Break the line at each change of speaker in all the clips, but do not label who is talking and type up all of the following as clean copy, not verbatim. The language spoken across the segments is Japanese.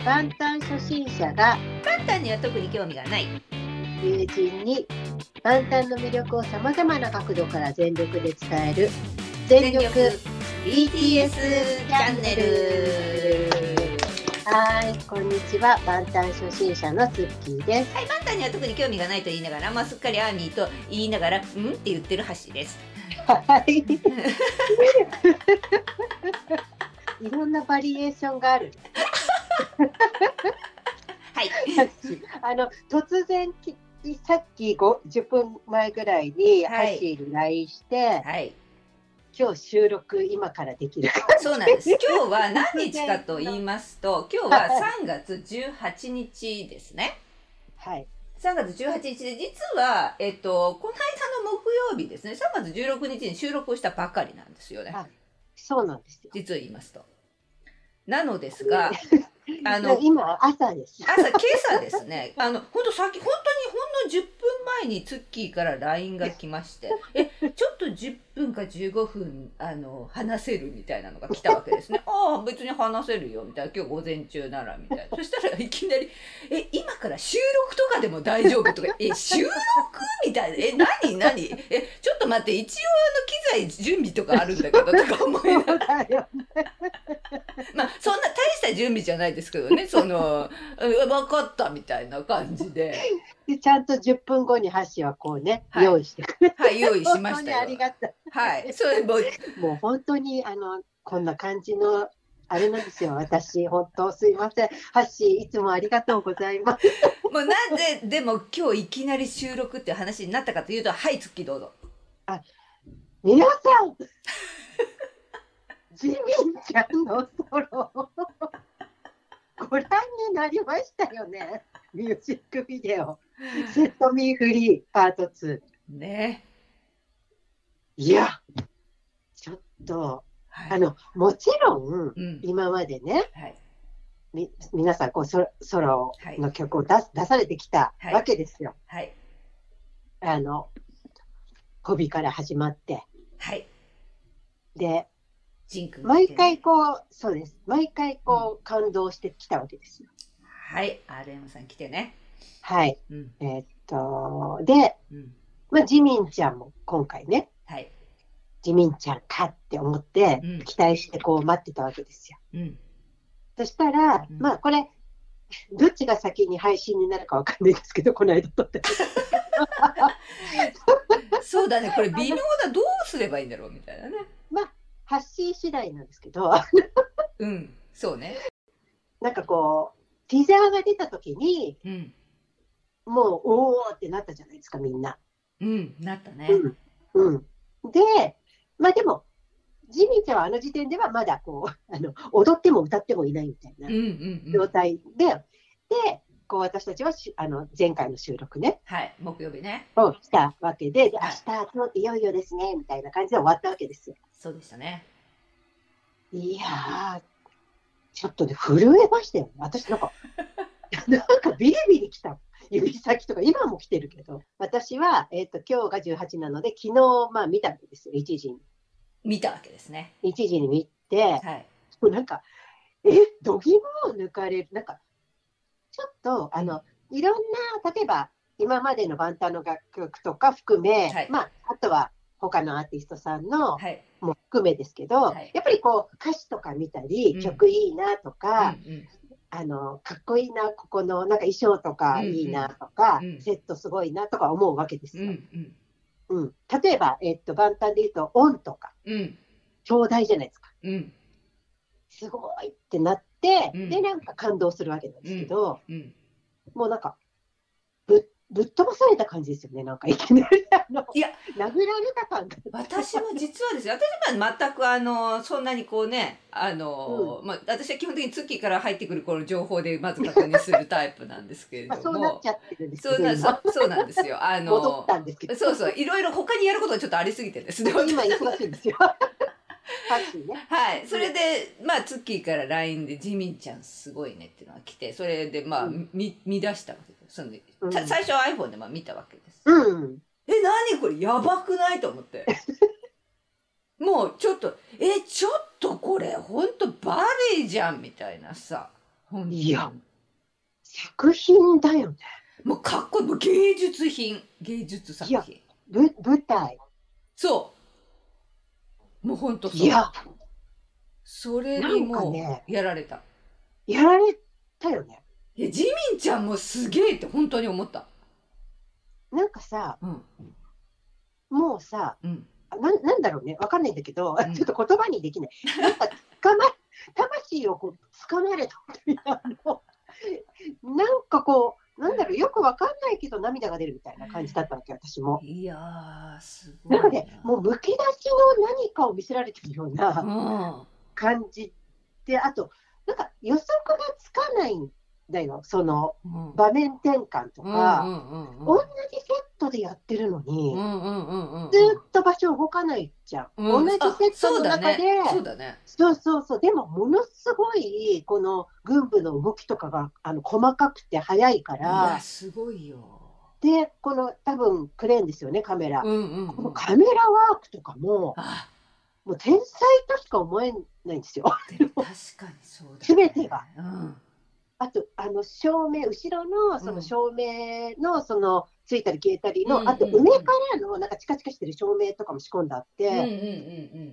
万端初心者が
簡単には特に興味がない
友人に万端の魅力をさまざまな角度から全力で伝える全力 BTS チャンネル。はい、こんにちは。万端初心者のツッキーです。
はい、万端には特に興味がないと言いながら、すっかりアーミーと言いながらって言ってるハッシーです。
はいいろんなバリエーションがある
はい
突然さっき10分前ぐらいにハッシーに LINE して、
はい、
今日収録今からできる
そうなんです。今日は何日かと言いますと今日は3月18日ですね。
はい、
3月18日で実は、この間の木曜日ですね、3月16日に収録をしたばかりなんですよね。
そうなんですよ。
実を言いますと。なのですが
今朝です。
今朝ですね。本当にほんの10分前にツッキーから LINE が来ましてちょっと10分か15分話せるみたいなのが来たわけですね。ああ別に話せるよみたいな、今日午前中ならみたいな。そしたらいきなり今から収録とかでも大丈夫とか収録みたいな何ちょっと待って、一応機材準備とかあるんだけどとか思いながらそんな大した準備じゃないですけどね、分かったみたいな感じで
ちゃんと10分後にハッシーはこうね、
はい、
用意してくれて、
はい、用意しましたよ。
本当にありがたい。
はい、それも
う本当にこんな感じのあれなんですよ。私本当すいません。ハッシーいつもありがとうございます。
もうなんででも今日いきなり収録っていう話になったかというと、はいツッキーどうぞ。
皆さんジミンちゃんのソロご覧になりましたよね。ミュージックビデオセットミーフリーパート2
ね。
いやちょっと、はい、もちろん、今までね、はい、皆さんこうソロの曲を出されてきたわけですよ。はいはい、コビから始まって、はい、で毎回こうそうです。毎回こう、感動してきたわけですよ。
はい、RM さん来てね。
はい。で、ジミンちゃんも今回ね、はい、ジミンちゃんかって思って、期待してこう待ってたわけですよ。そしたら、これどっちが先に配信になるかわかんないですけど、この間撮って
そうだね、これ微妙だ、どうすればいいんだろうみたいなね。
発信次第なんですけど
そうね。
なんかこうティザーが出た時に、もうおーってなったじゃないですか、みんな。
なったね。
で、でもジミンちゃんは時点ではまだこう踊っても歌ってもいないみたいな状態で、こう私たちは前回の収録ね、
はい、木曜日ね
をしたわけで、明日いよいよですねみたいな感じで終わったわけですよ。
そうでしたね。
いやーちょっとね震えましたよね。私なんかビリビリきた指先とか今も来てるけど、私は、今日が18なので昨日見たわけですよ。1時に
見たわけですね。
1時に見て、はい、なんか度肝を抜かれる。なんかちょっといろんな、例えば今までの万端の楽曲とか含め、はい、あとは他のアーティストさんのも含めですけど、はい、やっぱりこう歌詞とか見たり、曲いいなとか、かっこいいな、ここのなんか衣装とかいいなとか、セットすごいなとか思うわけですよ。例えば、万端で言うとオンとか、兄弟じゃないですか。すごいってなって、でなんか感動するわけなんですけど、もうなんかぶっ飛ばされた感じですよね。なんかいきなりいや殴られた感が。
私も実はですよ、私は全くそんなにこうね私は基本的にツッキーから入ってくるこの情報でまず確認するタイプなんですけれども
そうなっちゃってるんですけど
そうなんですよ。
戻ったんですけど、
そういろいろ他にやることがちょっとありすぎてですね
今忙しいんですよ
はい、それでツッキーから LINE でジミンちゃんすごいねっていうのが来て、それで見出したわけです。最初は iPhone で見たわけです。何これやばくないと思ってもうちょっとこれほんとバレエじゃんみたいなさ、
いや、作品だよね。
もうかっこいい、もう芸術品、芸術作品。
舞台。
そう。もうほんとそう。
いや、
それにもうやられた。
やられたよね。
いや、ジミンちゃんもすげえって本当に思った。
なんかさ、もうさ、なんだろうね、わかんないんだけど、ちょっと言葉にできない。なんか魂をこう掴まれたみたいな、なんかこう、なんだろう、よくわかんないけど涙が出るみたいな感じだったわけ、私も。
いやー、すごいな。
なんかね、もうむき出しの何かを見せられてるような感じで、あと、なんか予測がつかないんだよ、その場面転換とか、同じセットでやってるのに、ずっと場所動かないじゃん。同じセットの中で、そう、でもものすごい、この軍部の動きとかが細かくて速いから、
いや、すごいよ。
で、この多分クレーンですよね、カメラ。このカメラワークとかも、もう天才としか思えないんですよ。
確かにそうだ、ね。
全てが。あと照明、後ろのその照明のそのついたり消えたりの、あと上からのなんかチカチカしてる照明とかも仕込んであって、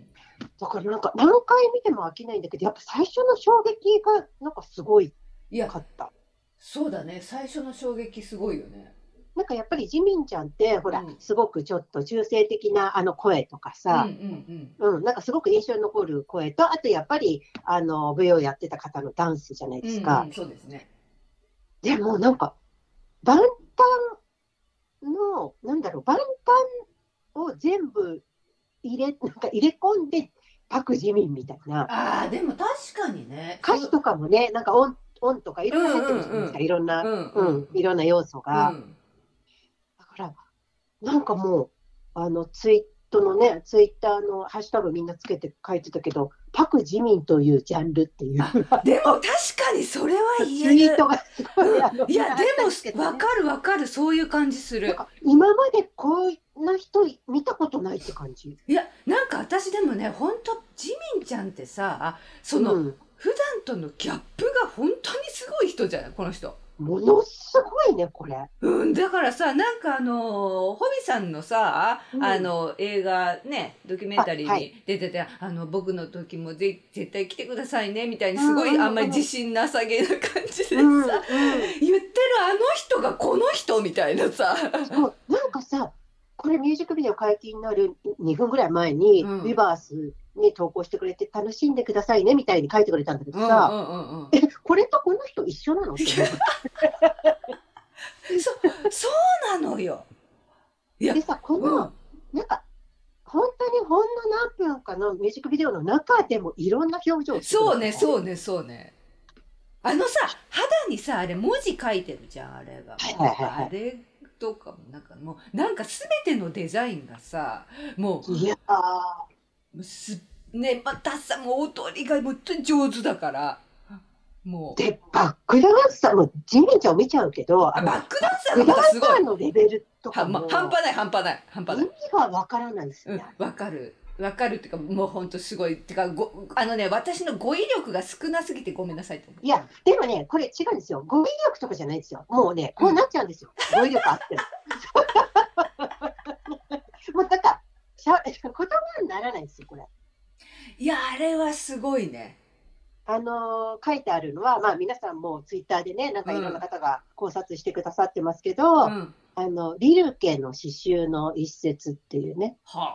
だからなんか何回見ても飽きないんだけど、やっぱ最初の衝撃がなんかすごいかった。
そうだね、最初の衝撃すごいよね。
なんかやっぱりジミンちゃんってほら、すごくちょっと中性的な声とかさ、なんかすごく印象に残る声と、あとやっぱり舞踊やってた方のダンスじゃないですか。
そうですね。
でもなんか万端の万端を全部なんか入れ込んでパク・ジミンみたいな。
でも確かにね。
歌詞とかもね、なんか音とかいろいろ入ってるじゃないですか、いろんな要素が。だからなんかもうツイッターのハッシュタグみんなつけて書いてたけど、パク・ジミンというジャンルっていう。
でも確かにそれは言える。
ツイートがすごい。
いやでもわかる、そういう感じする。
今までこんな人見たことないって感じ。
いやなんか私でもね、本当ジミンちゃんってさ、その、普段とのギャップが本当にすごい人じゃない、この人。
ものすごいね、これ。
だからさ、なんかホビさんのさ、映画ね、ドキュメンタリーに出てて、僕の時も絶対来てくださいねみたいに、すごいあんまり自信なさげな感じでさ、言ってる人がこの人みたいなさ。
そうなんかさ、これミュージックビデオ解禁になる2分ぐらい前に、ウィバースに投稿してくれて、楽しんでくださいねみたいに書いてくれたんだけどさ、これとこの人一緒なのって
そうなのよ。
でさ、この、なんか本当にほんの何分かのミュージックビデオの中でもいろんな表情をして
そうね。さ、肌にさ、あれ文字書いてるじゃん、あれが。あれとかもなんか全てのデザインがさ、もう、
いや
ね、またさ、もう踊りがもっと上手だから、もう。
で、バックダンサーもジミンちゃんを見ちゃうけど、
バックダンサーがすごい。
のレベルとかも
半端ない。意
味がわからないですね。
わかるっていうか、もう本当すごいってか、私の語彙力が少なすぎてごめんなさいと思う。
いやでもね、これ違うんですよ。語彙力とかじゃないですよ。もうね、こうなっちゃうんですよ。語彙力あってもうだから言葉にならないですよ、これ。
いや、あれはすごいね。
書いてあるのは、まあ皆さんもツイッターでね、なんかいろんな方が考察してくださってますけど、リルケの詩集の一節っていうね、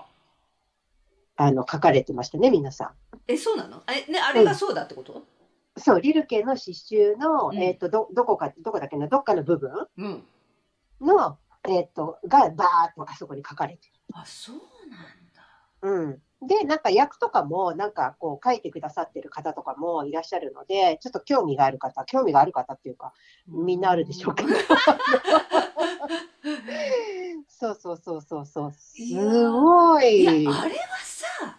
書かれてましたね、皆さ
ん。そうなの？あれがそうだってこと？
そう、リルケの詩集の、どこだっけな、どっかの部分の、がバーッとあそこに書かれてる。
そうなんだ。
で、なんか役とかも、なんかこう書いてくださってる方とかもいらっしゃるので、ちょっと興味がある方っていうか、みんなあるでしょうけど。そう。すごい。
いや、あれはさ、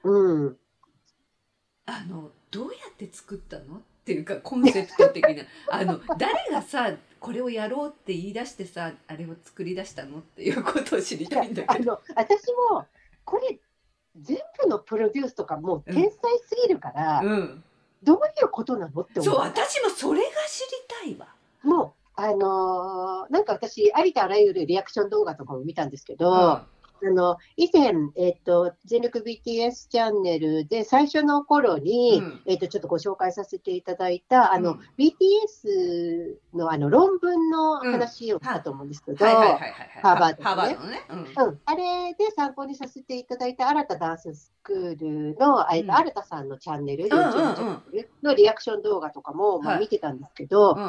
どうやって作ったのっていうか、コンセプト的な。誰がさ、これをやろうって言い出してさ、あれを作り出したのっていうことを知りたいんだけど。
私も、これ、全部のプロデュースとかもう天才すぎるから、 どういうことなのって思
そう、私もそれが知りたいわ。
もう、なんか私、ありとあらゆるリアクション動画とかも見たんですけど、以前、全力 BTS チャンネルで最初の頃に、ちょっとご紹介させていただいた、BTS の論文の話をしたと思うんですけど、ハーバードのね。あれで参考にさせていただいた新たダンススクールの、新田さんのチャンネル、YouTube チャンネルのリアクション動画とかも、見てたんですけど、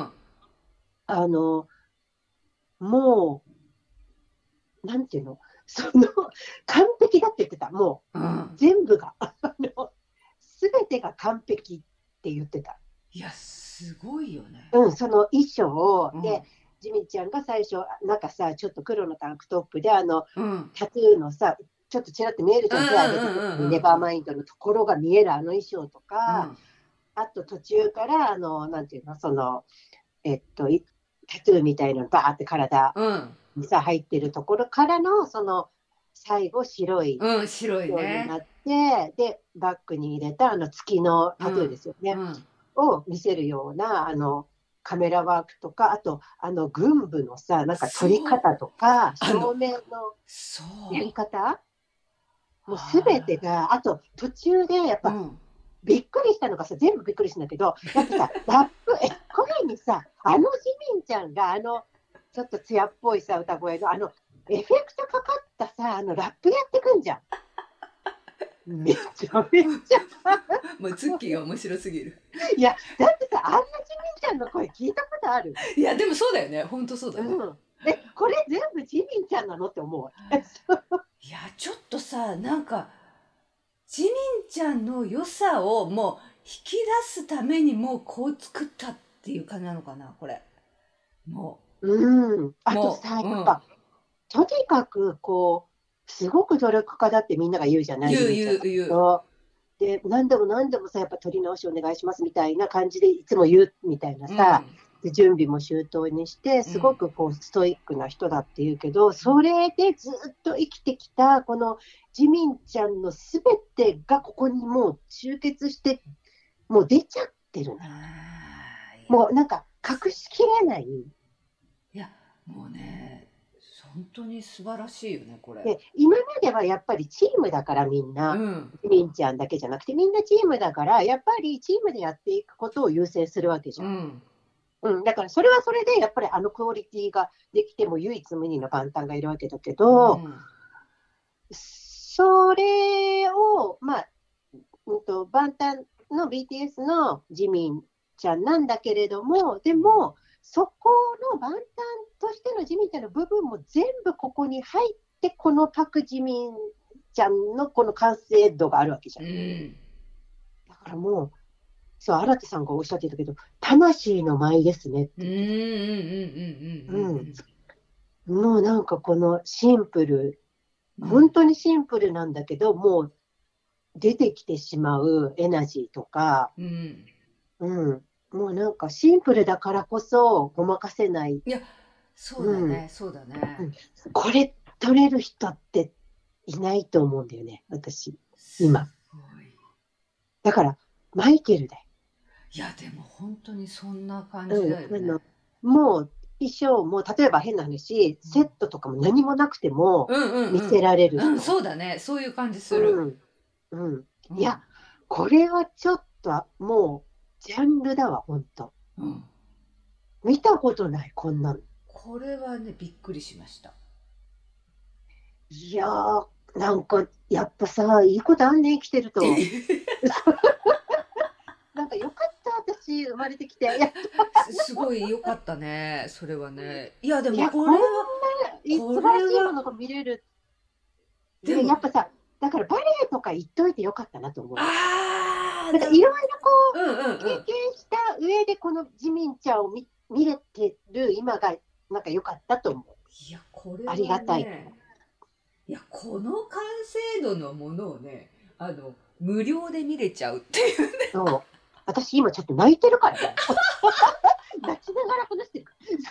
もう、なんていうの、完璧だって言ってた。もう、全部が、すべてが完璧って言ってた。
いや、すごいよね。
その衣装で、ジミンちゃんが最初、なんかさ、ちょっと黒のタンクトップで、タトゥーのさ、ちょっとちらっと見えるじゃん、手上げて、ネバーマインドのところが見えるあの衣装とか、あと途中から、なんていうの、タトゥーみたいなのバーって体にさ、入ってるところからの、最後白い
白いね。
になって、で、バッグに入れた月のタトゥーですよね。を見せるような、カメラワークとか、あと、軍部のさ、なんか撮り方とか、照明のやり方もうすべてが、あと途中でやっぱ、びっくりしたのがさ、全部びっくりしたんだけど、やっぱさ、ラップ、声にさ、ジミンちゃんが、ちょっと艶っぽいさ、歌声の、エフェクトかかったさ、ラップやってくんじゃん。めちゃめちゃ。
もうツッキーが面白すぎる。
いや、だってさ、あんなジミンちゃんの声聞いたことある？
いや、でもそうだよね。ほんとそうだね。
これ全部ジミンちゃんなのって思う。
いや、ちょっとさ、なんか、ジミンちゃんの良さをもう引き出すためにもうこう作ったっていう感じなのかな、これ。も
う。あとさ、やっぱ、とにかく、すごく努力家だってみんなが言うじゃない？
言う。
で、何度もさ、やっぱ撮り直しお願いしますみたいな感じでいつも言うみたいなさ、で準備も周到にして、すごくストイックな人だって言うけど、それでずっと生きてきた、このジミンちゃんのすべてがここにもう集結して、もう出ちゃってるね。もうなんか隠しきれない。い
や、もうね、本当に素晴らしいよね、これ。
で今まではやっぱりチームだからみんな、ジミンちゃんだけじゃなくてみんなチームだから、やっぱりチームでやっていくことを優先するわけじゃん。だからそれはそれでやっぱりクオリティができても唯一無二のバンタンがいるわけだけど、それをバンタンの BTS のジミンちゃんなんだけれども、でもそこのバンタンとしてのジミンちゃんの部分も全部ここに入って、このパクジミンちゃんのこの完成度があるわけじゃん。だからもう、そう、新田さんがおっしゃってたけど、魂の舞ですねって。もうなんかこのシンプル、本当にシンプルなんだけど、もう出てきてしまうエナジーとか、もうなんかシンプルだからこそごまかせない。
いや、そうだね、そうだね。
これ取れる人っていないと思うんだよね、私、今。だから、マイケルだよ。
いや、でも本当にそんな感じだよね。
もう衣装も、例えば変な話、セットとかも何もなくても見せられる人。
そうだね、そういう感じする。
いや、これはちょっともうジャンルだわ、ほんと。見たことない、こんなの。
これはね、びっくりしました。
いやー、なんかやっぱさ、いいことあんね、生きてると。なんかよかった、私生まれてきて。
すごいよかったね、それはね。いや、でもこれは
素晴らしいものが見れる。でやっぱさ、だからバレエとか行っといてよかったなと思う。なんかいろいろ経験した上でこのジミンちゃんを見れてる今がなんかよかったと思う。
いや、これはね、
ありがたい。
いや、この完成度のものをね、無料で見れちゃうっていうね。
そう。私今ちょっと泣いてるからね。泣きながら話してる。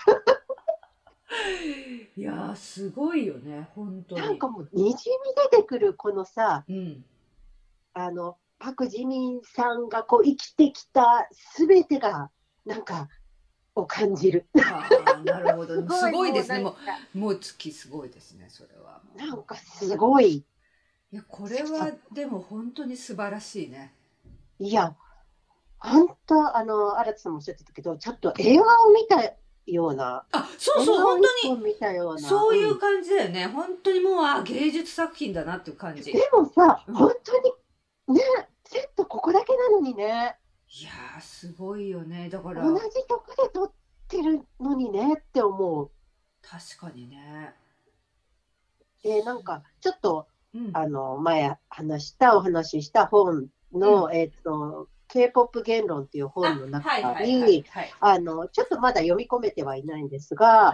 いやすごいよね、本当に。
なんかもうにじみ出てくるこのさ、 パク・ジミンさんがこう生きてきたすべてがなんかを感じる。
なるほど。すごいですね。もう月すごいですね。それは。
なんかすごい。
いや、これはでも本当に素晴らしいね。
いや、本当新田さんもおっしゃってたけど、ちょっと映画を見たような。
そうそう、本当に
見たような。
そういう感じだよね。本当にもう芸術作品だなっていう感じ。
でもさ、本当にね、セットここだけなのにね。
いやー、すごいよね。だから
同じとこで撮ってるのにねって思う。
確かにね。
なんかちょっと、前お話しした本の、K-POP 言論っていう本の中に、ちょっとまだ読み込めてはいないんですが、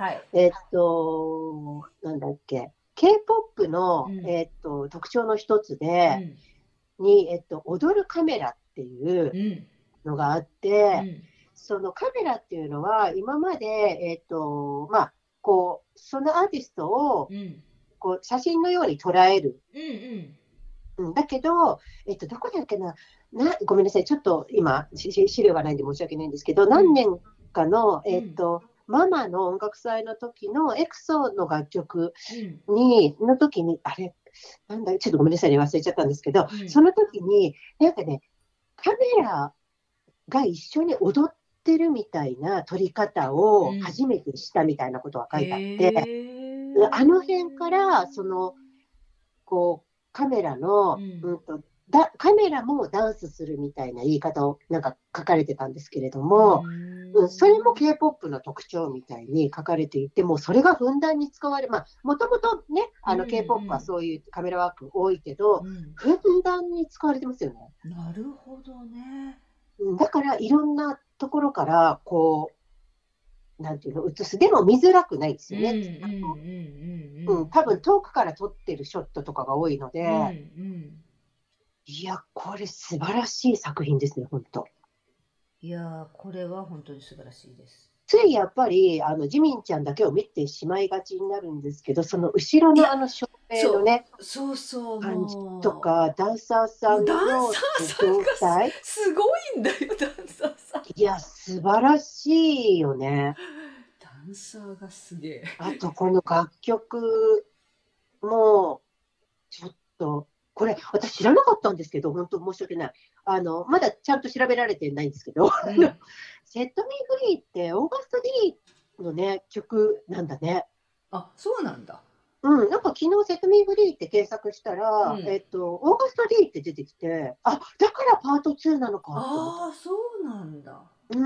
なんだっけ、K-POP の、特徴の一つで、踊るカメラっていうのがあって、そのカメラっていうのは今まで、こうそのアーティストを、こう写真のように捉える。だけど、どこだっけな、ごめんなさい、ちょっと今、資料がないんで申し訳ないんですけど、何年かの、ママの音楽祭の時のエクソの楽曲の時に、あれ、なんだ、ちょっとごめんなさいね、忘れちゃったんですけど、その時に、なんかね、カメラが一緒に踊ってるみたいな撮り方を初めてしたみたいなことが書いてあって、あの辺からこうカメラの、カメラもダンスするみたいな言い方をなんか書かれてたんですけれども、それも K-POP の特徴みたいに書かれていて、もうそれがふんだんに使われ、もともとね、K-POP はそういうカメラワーク多いけど、ふんだんに使われてますよね。
なるほどね。
だからいろんなところからこうなんていうの映す。でも見づらくないですよね。多分遠くから撮ってるショットとかが多いので、いやこれ素晴らしい作品ですね、本当。
いやこれは本当に素晴らしいです。
ついやっぱりジミンちゃんだけを見てしまいがちになるんですけど、その後ろの照明のね、感じとか、ダンサーさんの状態、
すごいんだよ、ダンサーさん。
いや素晴らしいよね。
ダンサーがすげえ。
あとこの楽曲もちょっとこれ私知らなかったんですけど、本当申し訳ない。まだちゃんと調べられてないんですけど、セットミーフリーってオーガスト D のね曲なんだね。
あ、そうなんだ。
なんか昨日セットミーフリーって検索したら、オーガスト D って出てきて、だからパート2なのかって思った。
そうなんだ。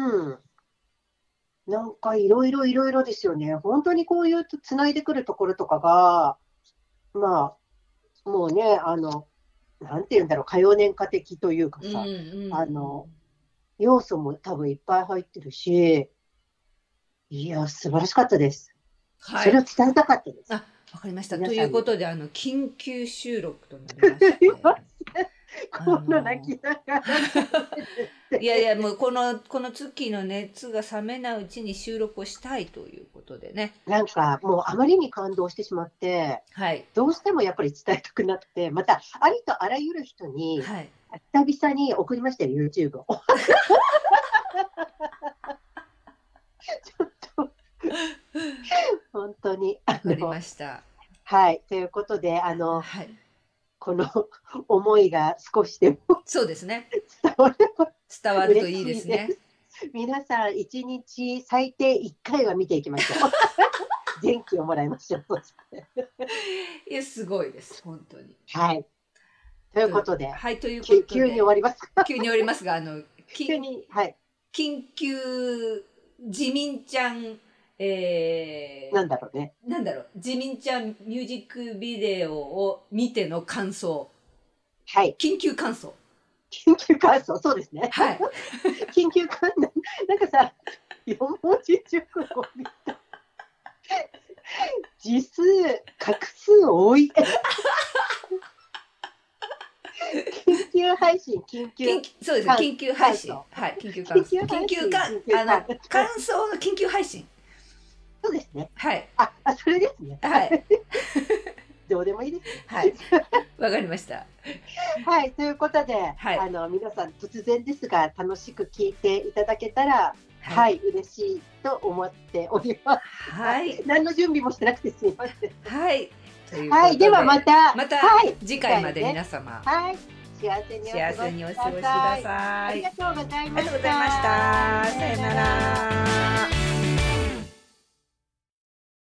なんかいろいろですよね。本当にこういうつないでくるところとかが、もうね、なんていうんだろう、歌謡年歌的というかさ、要素も多分いっぱい入ってるし、いや、素晴らしかったです。それを伝えたかったです。
わかりました。ということで、緊急収録となりまして。
こんな泣きながら。
いや、もうこの月の熱が冷めないうちに収録をしたいということでね。
なんかもうあまりに感動してしまって、どうしてもやっぱり伝えたくなって、またありとあらゆる人に、久々に送りましたよ、YouTube を。ちょっと本当に
わかりました。
はい、ということでこの思いが少しでも
そうですね、
伝わる
といいですね。
皆さん1日最低1回は見ていきましょう。元気をもらいましょう。
いやすごいです本当に。
はい。ということで、急に終わります。
急に終わりますが
急に
緊急自民ちゃん
なんだろうね。
自民ちゃんミュージックビデオを見ての感想。緊急感想。
そうですね。緊急感想。なんかさ、4文字熟語みたい。字数、画数多い。緊急配信、
そうです。緊急配信。緊急感想の緊急配信。
そうですね。
そ
れですね。 どうでもいいです。
はい、わかりました。
はい、ということで、
はい、
皆さん突然ですが楽しく聞いていただけたら、はい、嬉しいと思っております。
はい、
何の準備もしてなくてすみません。
はい、
はい、ではまた
次回まで皆様、
はい、幸せにお過ごしください。ありがとうございました。
さよなら。